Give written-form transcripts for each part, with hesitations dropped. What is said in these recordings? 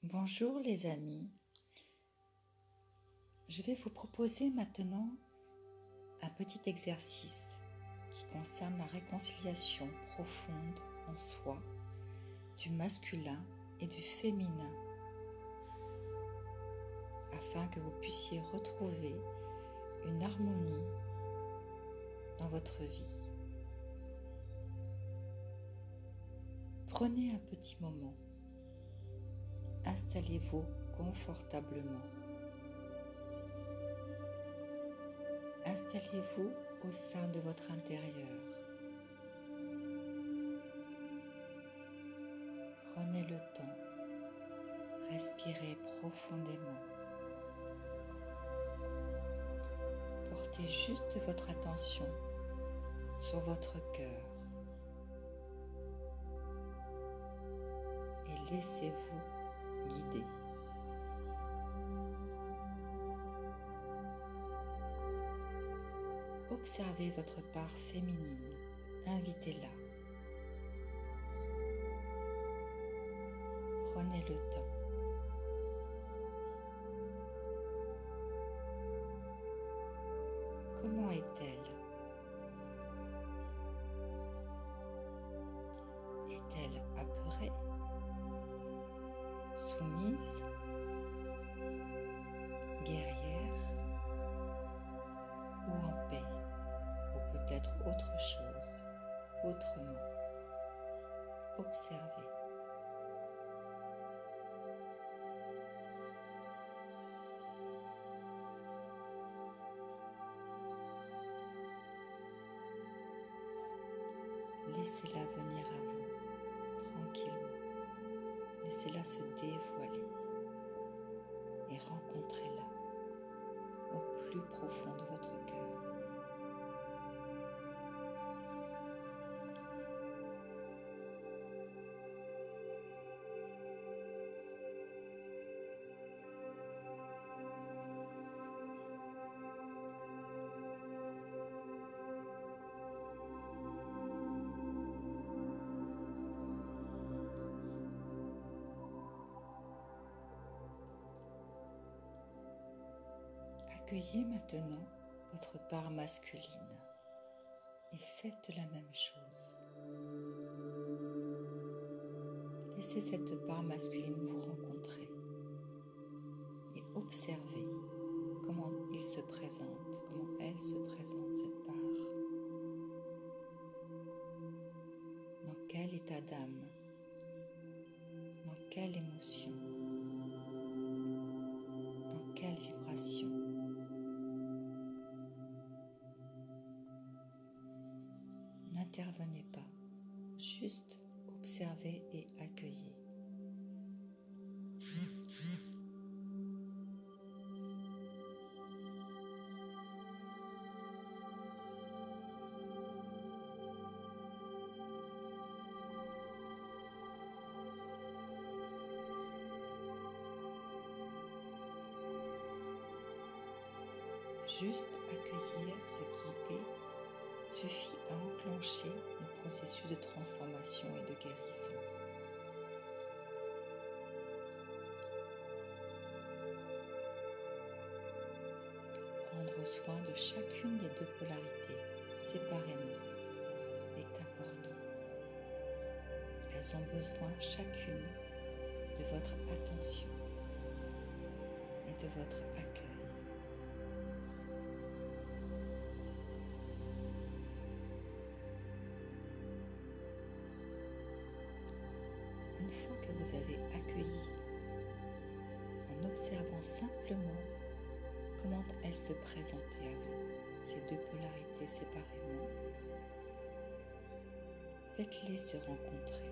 Bonjour les amis, je vais vous proposer maintenant un petit exercice qui concerne la réconciliation profonde en soi du masculin et du féminin afin que vous puissiez retrouver une harmonie dans votre vie. Prenez un petit moment, installez-vous confortablement. Installez-vous au sein de votre intérieur. Prenez le temps, respirez profondément. Portez juste votre attention sur votre cœur et laissez-vous guider. Observez votre part féminine, invitez-la. Prenez le temps. Comment est-elle? Est-elle apeurée, soumise, guerrière ou en paix, ou peut-être autre chose, autrement? Observez. Laissez-la venir à vous, tranquillement. Laissez-la se dévoiler et rencontrez-la au plus profond de votre cœur. Accueillez maintenant votre part masculine et faites la même chose. Laissez cette part masculine vous rencontrer et observez comment il se présente, comment elle se présente, cette part. Dans quel état d'âme, dans quelle émotion, dans quelle vibration. N'intervenez pas, juste observez et accueillez. Juste accueillir ce qui est suffit à enclencher le processus de transformation et de guérison. Prendre soin de chacune des deux polarités séparément est important. Elles ont besoin chacune de votre attention et de votre accueil. Une fois que vous avez accueilli, en observant simplement comment elles se présentaient à vous, ces deux polarités séparément, faites-les se rencontrer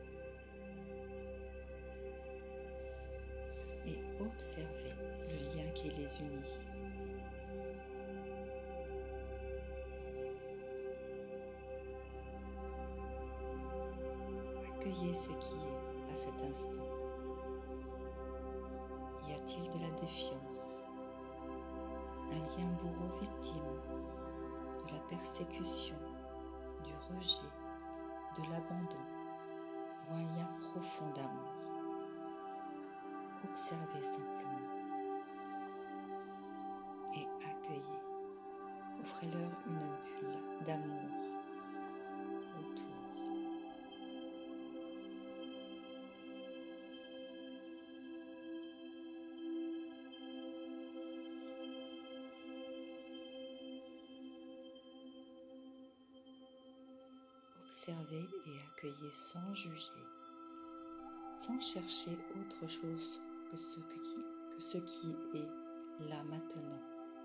et observez le lien qui les unit. Accueillez ce qui est à cet instant. Y a-t-il de la défiance, un lien bourreau-victime, de la persécution, du rejet, de l'abandon ou un lien profond d'amour? Observez simplement et accueillez. Offrez-leur une bulle d'amour autour. Observez et accueillez sans juger, sans chercher autre chose que ce qui est là maintenant.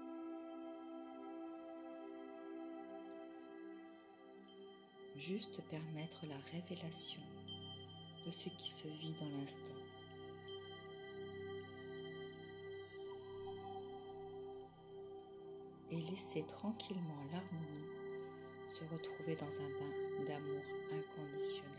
Juste permettre la révélation de ce qui se vit dans l'instant. Et laisser tranquillement l'harmonie se retrouver dans un bain d'amour inconditionnel.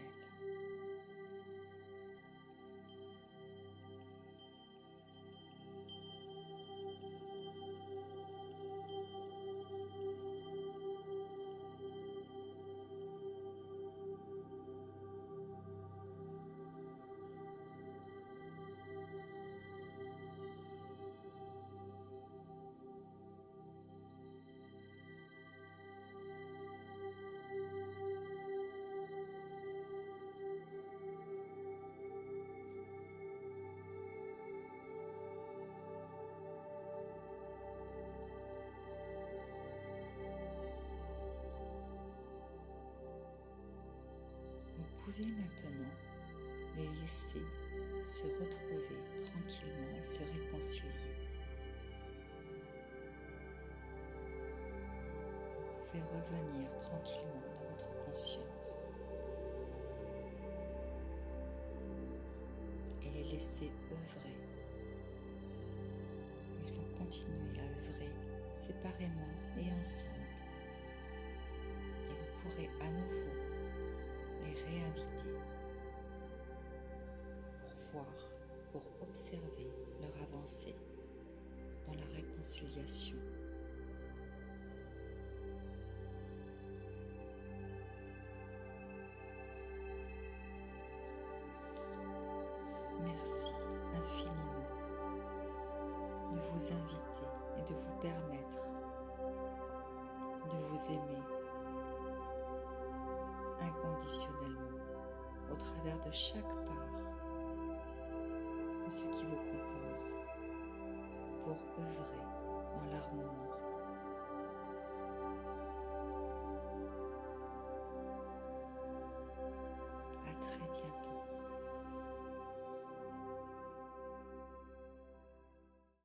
Vous pouvez maintenant les laisser se retrouver tranquillement et se réconcilier. Vous pouvez revenir tranquillement dans votre conscience et les laisser œuvrer. Ils vont continuer à œuvrer séparément et ensemble. Et vous pourrez à nouveau les réinviter pour voir, pour observer leur avancée dans la réconciliation. Merci infiniment de vous inviter et de vous permettre de vous aimer inconditionnellement au travers de chaque part de ce qui vous compose pour œuvrer dans l'harmonie.